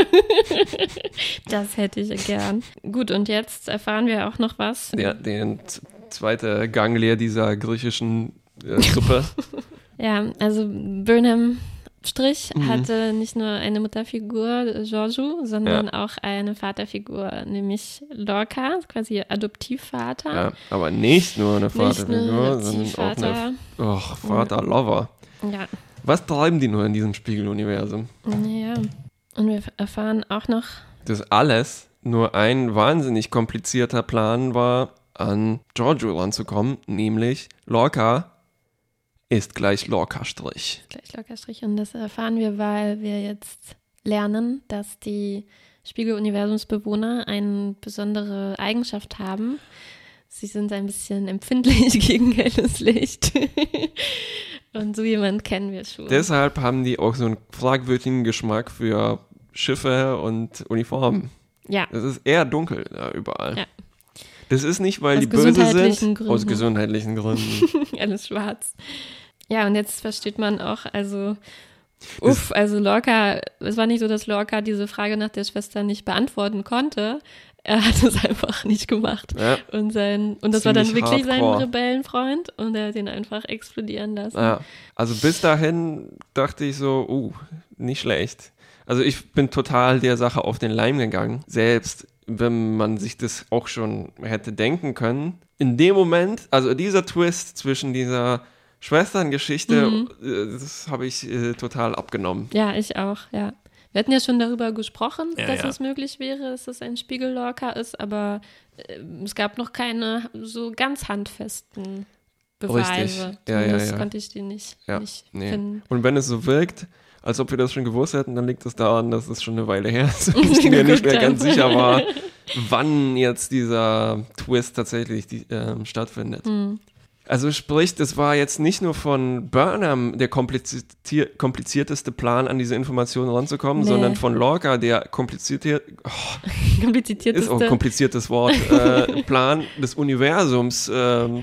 Das hätte ich gern. Gut, und jetzt erfahren wir auch noch was. der, der z- zweite Gangleer dieser griechischen äh, Suppe. Ja, also Burnham Strich Mhm. hatte nicht nur eine Mutterfigur, Giorgio, sondern auch eine Vaterfigur, nämlich Lorca, quasi ihr Adoptivvater. Ja, aber nicht nur eine Nicht nur Vaterfigur, sondern auch Adoptivvater. eine oh, Vater-Lover. Ja, Was treiben die nur in diesem Spiegeluniversum? ja. Und wir erfahren auch noch, Das alles nur ein wahnsinnig komplizierter Plan war, an Giorgio ranzukommen, nämlich Lorca ist gleich Lorca-Strich. gleich Lorca-Strich, und das erfahren wir, weil wir jetzt lernen, dass die Spiegeluniversumsbewohner eine besondere Eigenschaft haben. Sie sind ein bisschen empfindlich gegen helles Licht. Und so jemand kennen wir schon. Deshalb haben die auch so einen fragwürdigen Geschmack für Schiffe und Uniformen. Ja, Es ist eher dunkel da überall. Ja. Das ist nicht, weil Aus die böse gesundheitlichen sind, Gründen. aus gesundheitlichen Gründen. alles schwarz. Ja, und jetzt versteht man auch, also, uff, also Lorca, es war nicht so, dass Lorca diese Frage nach der Schwester nicht beantworten konnte. Er hat es einfach nicht gemacht. Ja. Und, sein, und das war dann Ziemlich wirklich sein hardcore. Rebellenfreund, und er hat ihn einfach explodieren lassen. Ja. Also bis dahin dachte ich so, uh, nicht schlecht. Also ich bin total der Sache auf den Leim gegangen. Selbst wenn man sich das auch schon hätte denken können. In dem Moment, also dieser Twist zwischen dieser Schwesterngeschichte, Mhm. äh, das habe ich äh, total abgenommen. Ja, ich auch, ja. Wir hatten ja schon darüber gesprochen, Ja, dass ja. es möglich wäre, dass es ein Spiegel-Lorca ist, aber äh, es gab noch keine so ganz handfesten Beweise. Richtig. Ja, ja, Zumindest ja. konnte ich die nicht, Ja, nicht nee. finden. Und wenn es so wirkt, als ob wir das schon gewusst hätten, dann liegt es daran, dass es schon eine Weile her ist und ich mir nicht mehr ganz sicher war, wann jetzt dieser Twist tatsächlich die, ähm, stattfindet. Hm. Also sprich, das war jetzt nicht nur von Burnham der komplizier- komplizierteste Plan, an diese Informationen ranzukommen, Nee. sondern von Lorca der komplizierte, oh, Komplizierteste. ist auch ein kompliziertes Wort, äh, Plan des Universums. Ähm,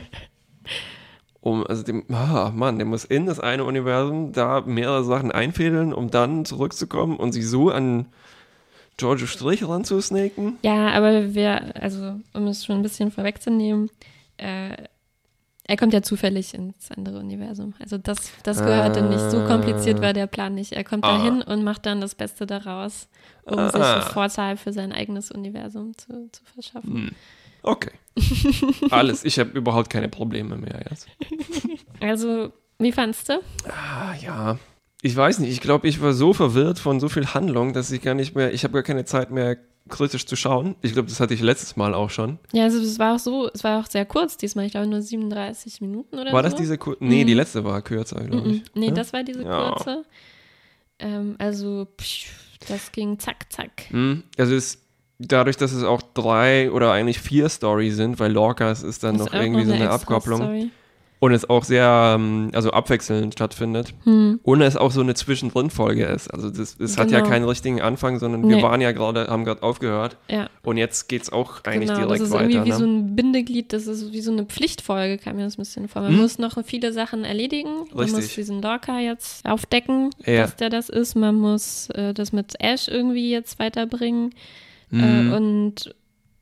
um, also dem, ah, Mann, der muss in das eine Universum da mehrere Sachen einfädeln, um dann zurückzukommen und sich so an Giorgio Strich ranzusnaken. Ja, aber wir, also um es schon ein bisschen vorwegzunehmen, äh, er kommt ja zufällig ins andere Universum. Also das, das gehörte Ah. nicht. So kompliziert war der Plan nicht. Er kommt Ah. dahin und macht dann das Beste daraus, um Ah. sich einen Vorteil für sein eigenes Universum zu, zu verschaffen. Hm. Okay. Alles. Ich habe überhaupt keine Probleme mehr jetzt. Also, wie fandst du? Ah, ja. Ich weiß nicht. Ich glaube, ich war so verwirrt von so viel Handlung, dass ich gar nicht mehr, ich habe gar keine Zeit mehr kritisch zu schauen. Ich glaube, das hatte ich letztes Mal auch schon. Ja, also es war auch so, es war auch sehr kurz diesmal. Ich glaube nur siebenunddreißig Minuten oder War so. das diese kurze? Nee, Mhm. die letzte war kürzer, glaube ich. Mhm. Nee, Ja? das war diese Ja. kurze. Ähm, also, psch, das ging zack, zack. Mhm. Also es, dadurch, dass es auch drei oder eigentlich vier Storys sind, weil Lorcas ist dann Das noch ist auch irgendwie so eine extra Abkopplung Story. und es auch sehr, ähm, also abwechselnd stattfindet Hm. und es auch so eine Zwischendrin-Folge ist. Also das, es hat ja Genau. keinen richtigen Anfang, sondern wir Nee. waren ja gerade, haben gerade aufgehört Ja, und jetzt geht's auch eigentlich genau. Das direkt ist weiter. irgendwie wie Ne? so ein Bindeglied, das ist wie so eine Pflichtfolge, kam mir das ein bisschen vor. Man Hm. muss noch viele Sachen erledigen. Man Richtig. muss diesen Lorca jetzt aufdecken, Ja. dass der das ist. Man muss äh, das mit Ash irgendwie jetzt weiterbringen. Mhm. Äh, und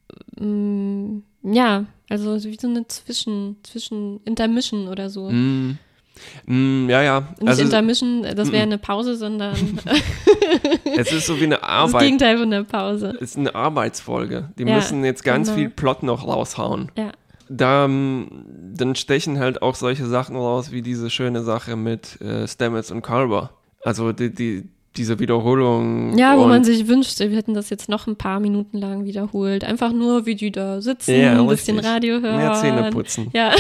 mh, ja, also so wie so eine Zwischen, Zwischen Intermission oder so. Mm. Mm, ja, ja. Nicht Also es, Intermission, das wäre Mhm. eine Pause, sondern es ist so wie eine das Arbeit. Gegenteil von der Pause. Es ist eine Arbeitsfolge. Die Ja, müssen jetzt ganz genau. viel Plot noch raushauen. Ja. Da, ähm, dann stechen halt auch solche Sachen raus, wie diese schöne Sache mit äh, Stamets und Culber. Also die, die, diese Wiederholung. Ja, wo und, man sich wünschte, wir hätten das jetzt noch ein paar Minuten lang wiederholt. Einfach nur, wie die da sitzen, Ja, ein bisschen richtig. Radio hören. Mehr Zähne putzen. Ja,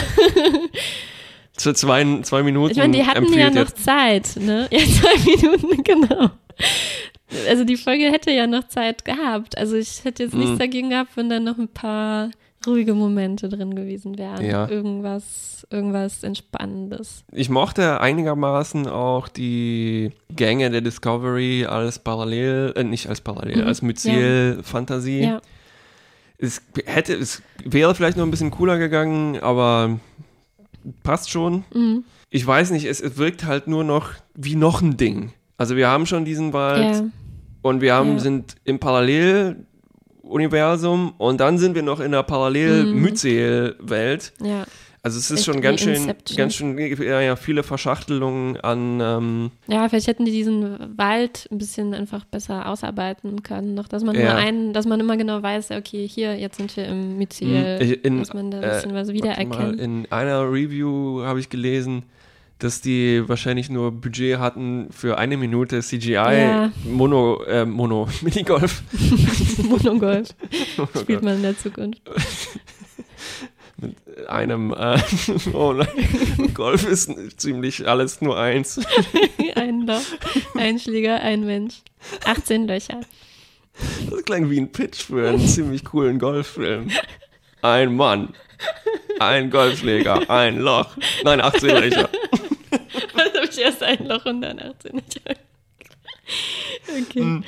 Zu zwei, zwei Minuten ich meine, die hatten ja empfiehlt noch jetzt. Zeit, ne? Ja, zwei Minuten, genau. Also die Folge hätte ja noch Zeit gehabt. Also ich hätte jetzt nichts Mhm. dagegen gehabt, wenn da noch ein paar ruhige Momente drin gewesen wären. Ja. Irgendwas, irgendwas Entspannendes. Ich mochte einigermaßen auch die Gänge der Discovery als Parallel, äh, nicht als Parallel, Mhm. als Myzel-Fantasie. Ja. Es hätte, es wäre vielleicht noch ein bisschen cooler gegangen, aber passt schon. Mhm. Ich weiß nicht, es, es wirkt halt nur noch wie noch ein Ding. Also wir haben schon diesen Wald Ja. und wir haben, Ja. sind im Paralleluniversum und dann sind wir noch in der Parallel-Myzel-Welt. Ja. Also es ist Echt schon wie ganz schön, Inception. ganz schön, ja, ja, viele Verschachtelungen an, ähm, Ja, vielleicht hätten die diesen Wald ein bisschen einfach besser ausarbeiten können. Noch, dass man Ja. nur einen, dass man immer genau weiß, okay, hier, jetzt sind wir im Myziel, Ich- in- dass man da ein äh, bisschen was warte mal, wiedererkennt. in einer Review habe ich gelesen, dass die wahrscheinlich nur Budget hatten für eine Minute C G I Ja. Mono, äh, Mono, Minigolf. Monogolf spielt man in der Zukunft. Mit einem, äh, oh nein, Golf ist ziemlich alles nur eins. Ein Loch, ein Schläger, ein Mensch. achtzehn Löcher. Das klang wie ein Pitch für einen ziemlich coolen Golffilm. Ein Mann, ein Golfschläger, ein Loch. Nein, achtzehn Löcher. Also habe ich erst ein Loch und dann achtzehn Löcher. Okay. Hm.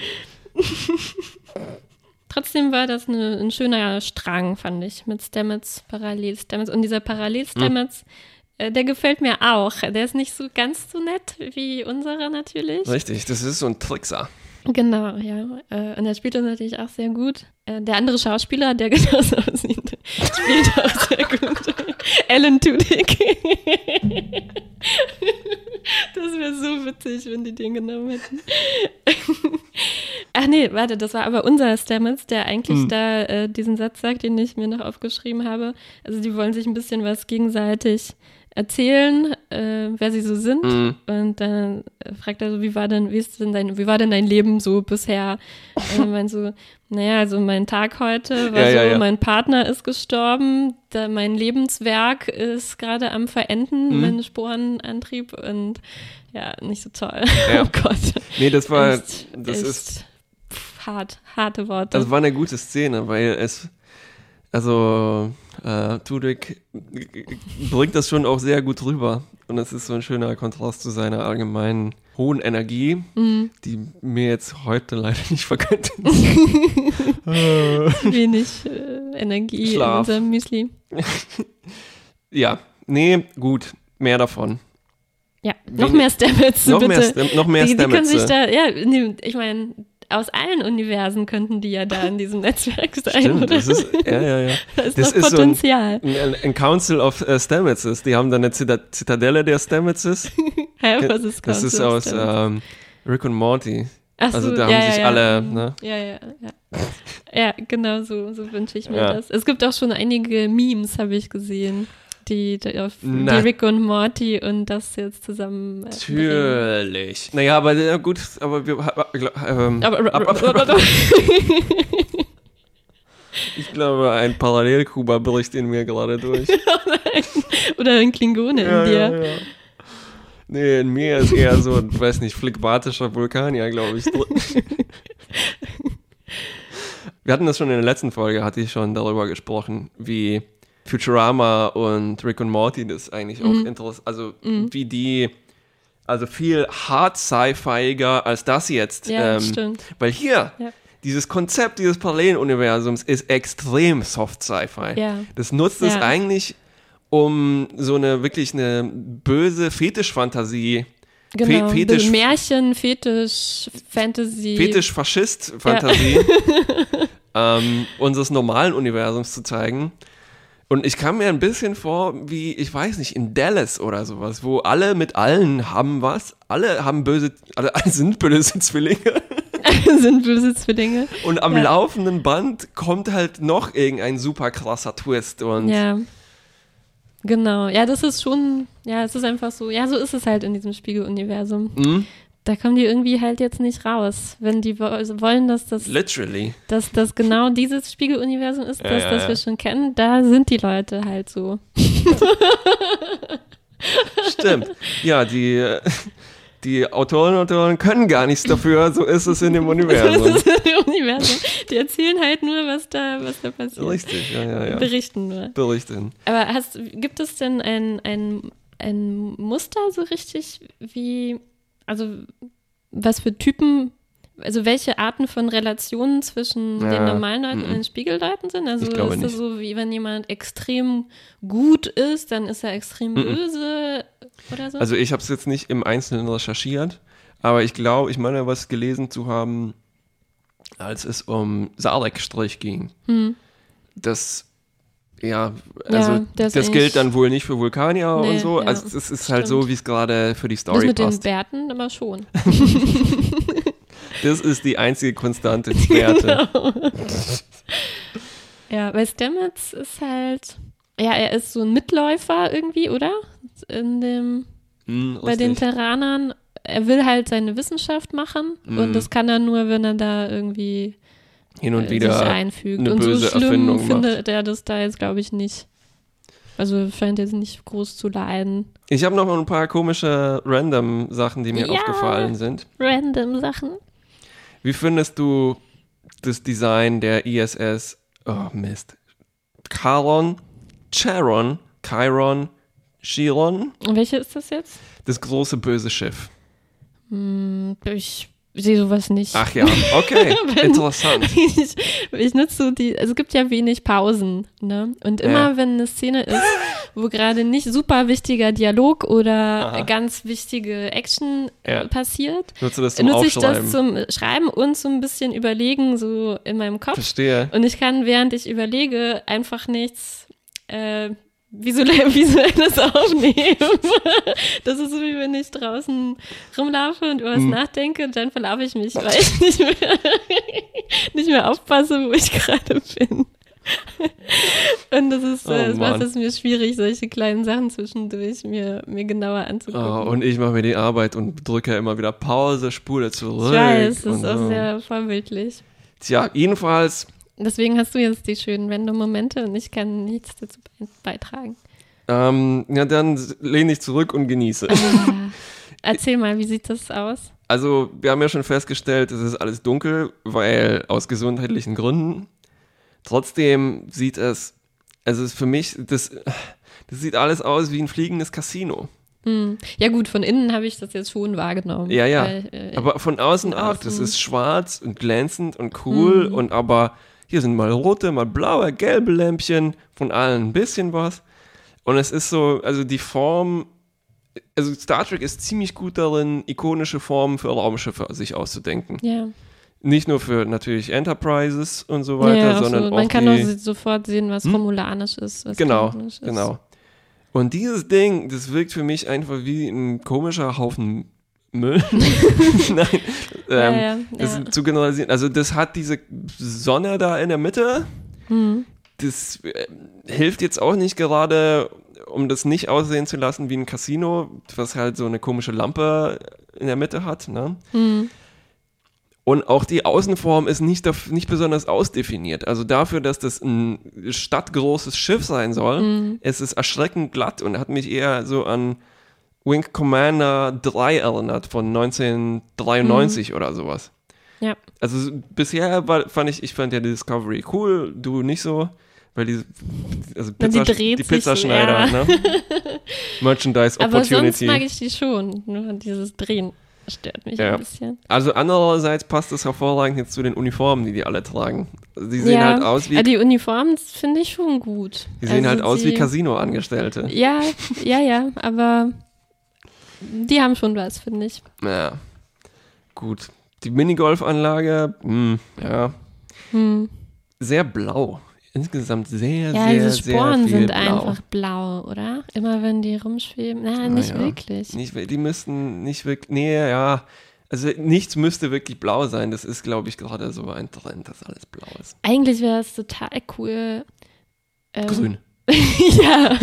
Trotzdem war das eine, ein schöner Strang, fand ich, mit Stamets, Parallel-Stamets. Und dieser Parallel-Stamets, äh, der gefällt mir auch. Der ist nicht so ganz so nett wie unsere natürlich. Richtig, das ist so ein Trickser. Genau, ja. Äh, und er spielt das natürlich auch sehr gut. Äh, der andere Schauspieler, der genauso aussieht, spielt auch sehr gut. Alan Tudyk. Das wäre so witzig, wenn die den genommen hätten. Ach nee, warte, das war aber unser Stamets, der eigentlich Hm. da äh, diesen Satz sagt, den ich mir noch aufgeschrieben habe. Also die wollen sich ein bisschen was gegenseitig erzählen, äh, wer sie so sind. Mhm. Und dann äh, fragt er so, wie war denn, wie ist denn dein, wie war denn dein Leben so bisher? Und dann meint so, naja, also mein Tag heute war Ja, so, ja, ja. mein Partner ist gestorben, da mein Lebenswerk ist gerade am Verenden, Mhm. mein Sporenantrieb und ja, nicht so toll. Ja. Oh Gott. Nee, das war, Echt, das echt ist, pff, hart, harte Worte. das war eine gute Szene, weil es, also, äh, Tudyk bringt das schon auch sehr gut rüber. Und es ist so ein schöner Kontrast zu seiner allgemeinen hohen Energie, Mhm. die mir jetzt heute leider nicht vergönnt ist. Wenig äh, Energie Schlaf. in unserem Müsli. Ja, nee, gut, mehr davon. Ja, noch Wenig- mehr Stamets, Noch bitte. mehr, Stam- noch mehr die, die können Stamets. sich da, ja, nee, ich meine, aus allen Universen könnten die ja da in diesem Netzwerk sein, Stimmt, oder? das ist, ja, ja, ja. da ist das noch ist so ein- Potenzial. Ein, ein Council of äh, Stametses. Die haben da eine Zita- Zitadelle der Stametses. Hä, was ist Das ist Council of aus Stamets? ähm, Rick und Morty. Ach so, also da ja, haben ja, sich ja. alle, Mhm. ne? Ja, ja, ja. Ja, genau so, so wünsche ich mir Ja. das. Es gibt auch schon einige Memes, habe ich gesehen, die, die auf die Na. Rick und Morty und das jetzt zusammen äh, bringen. Natürlich. Naja, aber ja, gut, aber wir ähm, Aber, ab, ab, aber, aber, ich glaube, ein Parallelkuba bricht in mir gerade durch. oder ein Klingone in dir. Ja, ja. Nee, in mir ist eher so ein, weiß nicht, phlegmatischer Vulkanier, glaube ich. Wir hatten das schon in der letzten Folge, hatte ich schon darüber gesprochen, wie Futurama und Rick und Morty das eigentlich auch Mhm. interessant, also wie die, also viel hard sci-fiiger als das jetzt. Ja, ähm, stimmt. Weil hier, Ja. dieses Konzept dieses Paralleluniversums ist extrem soft Sci-Fi. Ja. Das nutzt es Ja. eigentlich, um so eine wirklich eine böse Fetischfantasie, Genau, Fe- Fetisch- Märchen, Fetisch, Fantasy. Fetisch-Faschist-Fantasie ähm, unseres normalen Universums zu zeigen. Und ich kam mir ein bisschen vor, wie, ich weiß nicht, in Dallas oder sowas, wo alle mit allen haben was, alle haben böse, alle, alle sind böse Zwillinge. sind böse Zwillinge. Und am Ja. laufenden Band kommt halt noch irgendein super krasser Twist. Und Ja. Genau. Ja, das ist schon, ja, es ist einfach so, ja, so ist es halt in diesem Spiegeluniversum. Hm? Da kommen die irgendwie halt jetzt nicht raus. Wenn die wo- also wollen, dass das, Literally. dass das genau dieses Spiegeluniversum ist, Ja, das, ja, das ja. wir schon kennen, da sind die Leute halt so. Stimmt. Ja, die, äh, die Autoren und Autoren können gar nichts dafür, so ist es in dem Das Universum. ist das Universum. Die erzählen halt nur, was da, was da passiert. Richtig, ja, ja, ja. Berichten nur. Berichten. Aber hast, gibt es denn ein, ein, ein Muster so richtig, wie, also was für Typen, also welche Arten von Relationen zwischen Ja, den normalen Leuten mhm. und den Spiegelleuten sind? Also Ich glaube ist das nicht. so, wie wenn jemand extrem gut ist, dann ist er extrem Mhm. böse oder so? Also ich habe es jetzt nicht im Einzelnen recherchiert, aber ich glaube, ich meine, was gelesen zu haben, als es um Salek-Strich ging, Hm. dass ja, also Ja, der das ist gilt eigentlich- dann wohl nicht für Vulkanier Nee, und so. ja, Also es ist halt stimmt. so, wie es gerade für die Das Story mit den passt. Bärten aber schon. Das ist die einzige Konstante des Werte. Ja, weil Stamets ist halt, ja, er ist so ein Mitläufer irgendwie, oder? In dem, Hm, bei den richtig. Terranern. Er will halt seine Wissenschaft machen Mhm. und das kann er nur, wenn er da irgendwie Hin und äh, wieder sich einfügt. eine Und so böse schlimm Erfindung macht. findet er das da jetzt, glaube ich, nicht. Also scheint jetzt nicht groß zu leiden. Ich habe noch ein paar komische Random-Sachen, die mir Ja. aufgefallen sind. Random Sachen. Wie findest du das Design der I S S? Oh Mist. Charon, Charon, Chiron, Chiron, Und welche ist das jetzt? das große böse Schiff. Hm, ich sehe sowas nicht. Ach ja, okay, interessant. Ich, ich nutze so die, also es gibt ja wenig Pausen, ne? Und immer Ja. wenn eine Szene ist, wo gerade nicht super wichtiger Dialog oder Aha. ganz wichtige Action Ja. äh, passiert, Nutze das zum nutze ich Aufschreiben. das zum Schreiben und so ein bisschen überlegen, so in meinem Kopf. Verstehe. Und ich kann, während ich überlege, einfach nichts äh, visuell, visuelles aufnehmen. Das ist so, wie wenn ich draußen rumlaufe und über was Hm. nachdenke und dann verlaufe ich mich, weil ich nicht mehr, nicht mehr aufpasse, wo ich gerade bin. Und das ist, Oh äh, das macht Mann. es mir schwierig, solche kleinen Sachen zwischendurch mir, mir genauer anzugucken. Oh, und ich mache mir die Arbeit und drücke immer wieder Pause, spule zurück. ich weiß, das und ist auch so. sehr vorbildlich. Tja, jedenfalls, Deswegen hast du jetzt die schönen Random-Momente und ich kann nichts dazu be- beitragen. ähm, ja, dann lehne ich zurück und genieße. Ah, erzähl mal, wie sieht das aus? Also, wir haben ja schon festgestellt, es ist alles dunkel, weil aus gesundheitlichen Gründen. Trotzdem sieht es, also es ist für mich, das, das sieht alles aus wie ein fliegendes Casino. Hm. Ja gut, von innen habe ich das jetzt schon wahrgenommen. Ja, ja. Weil, äh, Aber von außen von auch, außen. das ist schwarz und glänzend und cool Mhm. und aber hier sind mal rote, mal blaue, gelbe Lämpchen, von allen ein bisschen was. Und es ist so, also die Form, also Star Trek ist ziemlich gut darin, ikonische Formen für Raumschiffe sich auszudenken. ja. Nicht nur für natürlich Enterprises und so weiter, ja, auch sondern so. auch Man kann die, auch so- sofort sehen, was Hm? romulanisch ist, was Genau, klingonisch ist. genau. Und dieses Ding, das wirkt für mich einfach wie ein komischer Haufen Müll. Nein, ähm, Ja, ja, das ja. zu generalisieren. Also das hat diese Sonne da in der Mitte. Hm. Das äh, hilft jetzt auch nicht gerade, um das nicht aussehen zu lassen wie ein Casino, was halt so eine komische Lampe in der Mitte hat. Ne? Hm. Und auch die Außenform ist nicht, daf- nicht besonders ausdefiniert. Also dafür, dass das ein stadtgroßes Schiff sein soll, Mhm. es ist erschreckend glatt und hat mich eher so an Wing Commander drei erinnert von neunzehnhundertdreiundneunzig oder sowas. Ja. Also s- bisher war, fand ich, ich fand ja die Discovery cool, du nicht so, weil die, also Na, die Pizza, dreht die sich so, Pizzaschneider, ja. ne? Merchandise Aber sonst Opportunity. mag ich die schon. Nur dieses Drehen stört mich Ja. ein bisschen. Also andererseits passt das hervorragend jetzt zu den Uniformen, die die alle tragen. Also die sehen ja, halt aus wie, aber die Uniformen finde ich schon gut. die sehen Also halt aus wie die- Casino-Angestellte. Ja, ja, ja, aber die haben schon was, finde ich. Ja, gut. Die Minigolfanlage, mh, ja, Hm. sehr blau. Insgesamt sehr, Ja, sehr, diese sehr Sporen viel sind blau. einfach blau, oder? Immer wenn die rumschweben. Na, nicht Naja, wirklich. Nicht, wir- die müssten nicht wirklich, nee, ja, also nichts müsste wirklich blau sein. Das ist, glaube ich, gerade so ein Trend, dass alles blau ist. Eigentlich wäre es total cool. Ähm, Grün. ja.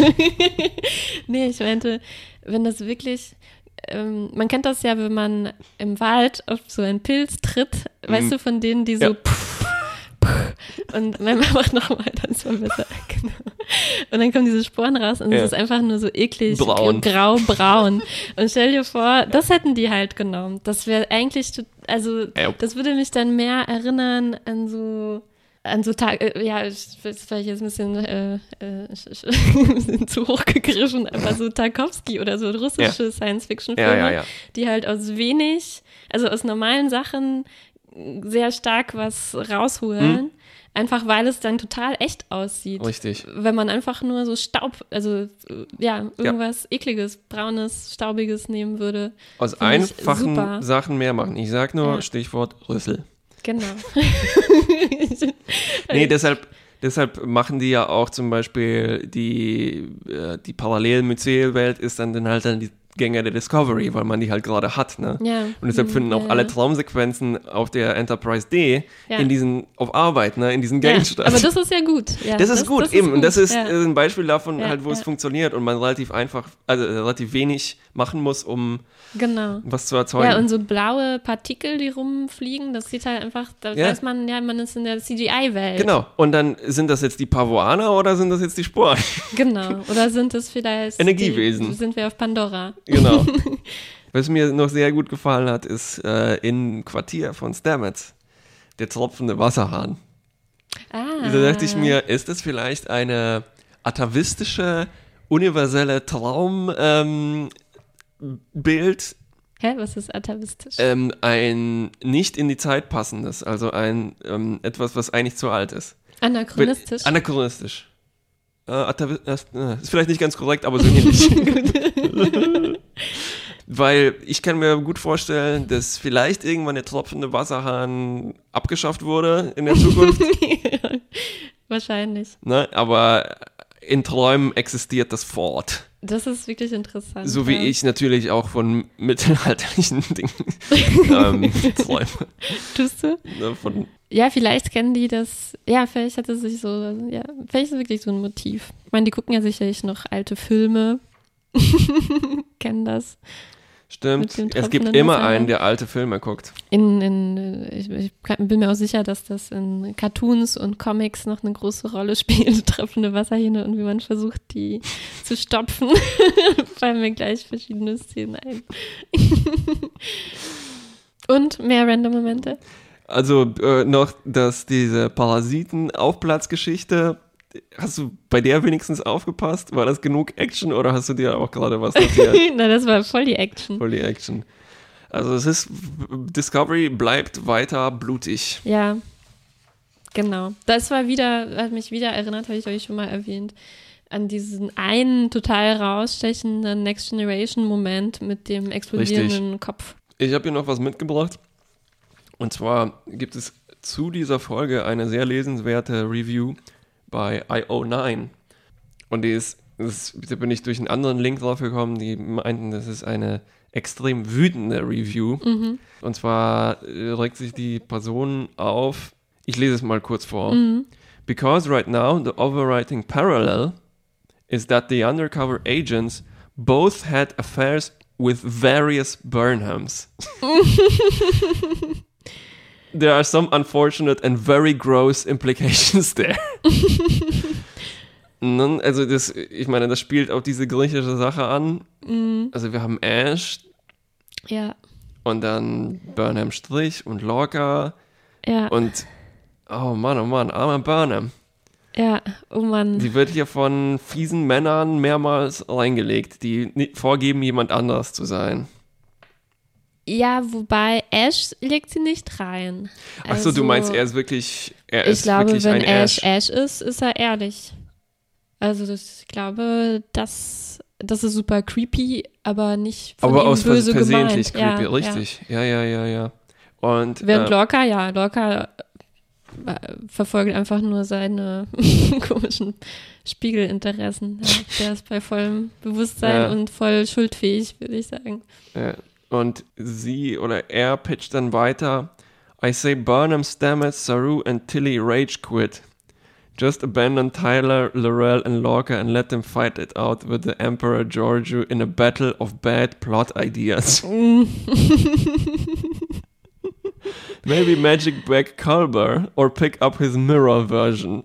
Nee, ich meinte, wenn das wirklich, ähm, man kennt das ja, wenn man im Wald auf so einen Pilz tritt, weißt Mhm. du, von denen, die so Ja. pff, pff, und manchmal macht nochmal, dann ist man besser. Genau. Und dann kommen diese Sporen raus und Ja. es ist einfach nur so eklig, Braun. grau-braun. Und stell dir vor, das hätten die halt genommen. Das wäre eigentlich, to- also Ja. das würde mich dann mehr erinnern an so an so Tag, äh, ja, ich- das ist vielleicht jetzt ein bisschen, äh, äh, ein bisschen zu hoch gegriffen, aber so Tarkovsky oder so russische Science-Fiction-Filme, Ja, ja, ja. die halt aus wenig, also aus normalen Sachen sehr stark was rausholen, Hm. einfach weil es dann total echt aussieht. Richtig. Wenn man einfach nur so Staub, also äh, ja, irgendwas ekliges, braunes, staubiges nehmen würde. Aus Finde ich einfachen super. Sachen mehr machen. Ich sag nur Ja. Stichwort Rüssel. Genau. Nee, deshalb, Deshalb machen die ja auch zum Beispiel die, äh, die Parallel-Myzel-Welt ist dann, dann halt dann die Gänge der Discovery, weil man die halt gerade hat, ne? Ja. Und deshalb Mhm, finden auch ja, alle ja. Traumsequenzen auf der Enterprise D Ja. in diesen, auf Arbeit, ne? In diesen Gängen Ja, statt. aber das ist ja gut. Ja, das ist gut, eben. Und das ist ja. äh, ein Beispiel davon, Ja, halt, wo es ja. funktioniert und man relativ einfach, also äh, relativ wenig machen muss, um Genau. was zu erzeugen. Ja, und so blaue Partikel, die rumfliegen, das sieht halt einfach, da Ja. weiß man, ja, man ist in der C G I-Welt. Genau. Und dann sind das jetzt die Pavoaner oder sind das jetzt die Sporen? Genau. Oder sind es vielleicht Energiewesen. Die, sind wir auf Pandora? Genau. Was mir noch sehr gut gefallen hat, ist äh, im Quartier von Stamets der tropfende Wasserhahn. Ah. Da dachte ich mir, ist das vielleicht eine atavistische, universelle Traumbild, ähm, Bild, Hä, was ist atavistisch? ähm, ein nicht in die Zeit passendes, also ein ähm, etwas, was eigentlich zu alt ist. Anachronistisch? Anachronistisch. Äh, atavi- äh, ist vielleicht nicht ganz korrekt, aber so ähnlich. Weil ich kann mir gut vorstellen, dass vielleicht irgendwann der tropfende Wasserhahn abgeschafft wurde in der Zukunft. Ja, wahrscheinlich. Ne? Aber in Träumen existiert das fort. Das ist wirklich interessant. So wie ja. ich natürlich auch von mittelalterlichen Dingen ähm, träume. Tust du? Ne? Von, Ja, vielleicht kennen die das, ja, vielleicht hat es sich so, ja, vielleicht ist es wirklich so ein Motiv. Ich meine, die gucken ja sicherlich noch alte Filme, kennen das. Mit stimmt, dem es gibt tropfenden immer Wasserhahn. einen, der alte Filme guckt. In, in, ich, ich kann- bin mir auch sicher, dass das in Cartoons und Comics noch eine große Rolle spielt, treffende Wasserhähne und wie man versucht, die zu stopfen. Fallen mir gleich verschiedene Szenen ein. Und mehr Random-Momente? Also äh, noch, dass diese Parasiten-Aufplatzgeschichte, hast du bei der wenigstens aufgepasst? War das genug Action oder hast du dir auch gerade was notiert? Na, das war voll die Action. Voll die Action. Also es ist, Discovery bleibt weiter blutig. Ja, genau. Das war wieder, hat mich wieder erinnert, habe ich euch schon mal erwähnt, an diesen einen total rausstechenden Next Generation Moment mit dem explodierenden Kopf. Ich habe hier noch was mitgebracht. Und zwar gibt es zu dieser Folge eine sehr lesenswerte Review bei I O neun. Und die ist, das, da bin ich durch einen anderen Link drauf gekommen, die meinten, das ist eine extrem wütende Review. Mhm. Und zwar äh, regt sich die Person auf, ich lese es mal kurz vor. Mhm. Because right now the overriding parallel is that the undercover agents both had affairs with various Burnhams. There are some unfortunate and very gross implications there. Nun, also das, ich meine, das spielt auf diese griechische Sache an. Mhm. Also wir haben Ash Ja, und dann Burnham Strich und Lorca ja, und oh Mann, oh Mann, armer Burnham. ja, oh Mann. Die wird hier von fiesen Männern mehrmals reingelegt, die ni- vorgeben, jemand anderes zu sein. Ja, wobei Ash legt sie nicht rein. Achso, du Also, meinst, er ist wirklich, er Ich ist glaube, wirklich wenn ein Ash Ash. Ash ist, ist er ehrlich. Also das, ich glaube, das, das ist super creepy, aber nicht von Aber ihm aus böse vers- versehentlich gemeint. creepy, Ja, richtig. Ja, ja, ja, ja. Und Während äh, Lorca, ja, Lorca äh, verfolgt einfach nur seine komischen Spiegelinteressen. Ja, der ist bei vollem Bewusstsein Ja. und voll schuldfähig, würde ich sagen. äh, und sie oder er pitcht dann weiter. I say Burnham, Stamets, Saru and Tilly rage quit. Just abandon Tyler, Laurel and Lorca and let them fight it out with the Emperor Giorgio in a battle of bad plot ideas. Maybe magic back Culber or pick up his mirror version.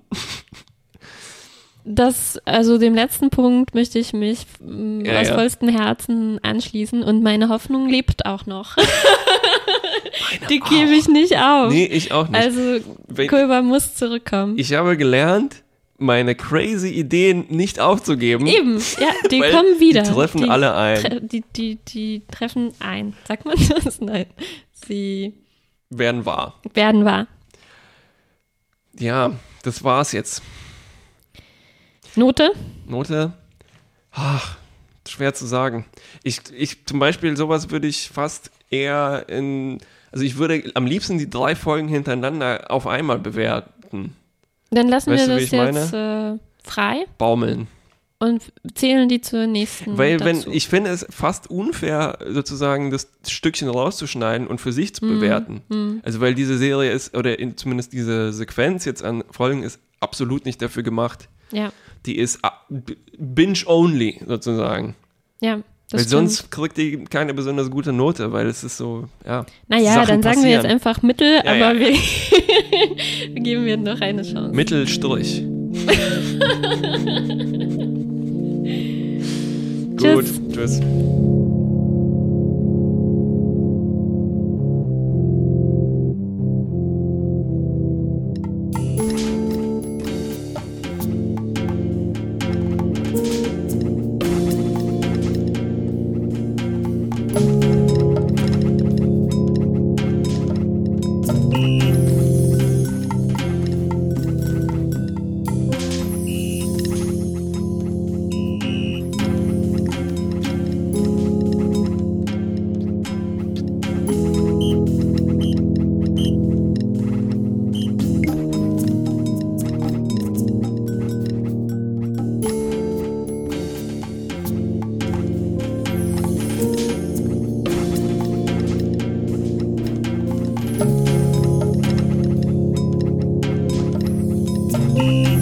Das, also dem letzten Punkt möchte ich mich m, Ja, aus ja. vollstem Herzen anschließen und meine Hoffnung lebt auch noch. Die gebe ich nicht auf. Nee, ich auch nicht. Also Wenn- Culber muss zurückkommen. Ich habe gelernt, meine crazy Ideen nicht aufzugeben. Eben, ja, die weil kommen wieder. Die treffen alle ein. tre- Die, die, die treffen ein. Sagt man das? Nein. Sie Werden wahr. werden wahr. Ja, das war's jetzt. Note? Note? Ach, schwer zu sagen. Ich, ich zum Beispiel, sowas würde ich fast eher in, also ich würde am liebsten die drei Folgen hintereinander auf einmal bewerten. Dann lassen Weißt wir du, wie das ich jetzt äh, frei Baumeln. und zählen die zur nächsten Weil dazu. wenn, ich finde es fast unfair, sozusagen das Stückchen rauszuschneiden und für sich zu bewerten. Mm. Also weil diese Serie ist, oder in, zumindest diese Sequenz jetzt an Folgen ist absolut nicht dafür gemacht. Ja, Die ist ah, b- binge-only sozusagen. ja. Das Weil stimmt. sonst kriegt die keine besonders gute Note, weil es ist so, ja. Naja, Sachen dann sagen wir jetzt passieren. einfach Mittel, Ja, aber ja. Wir, wir geben mir noch eine Chance. Mittelstrich. Tschüss. Gut, tschüss. Thank you.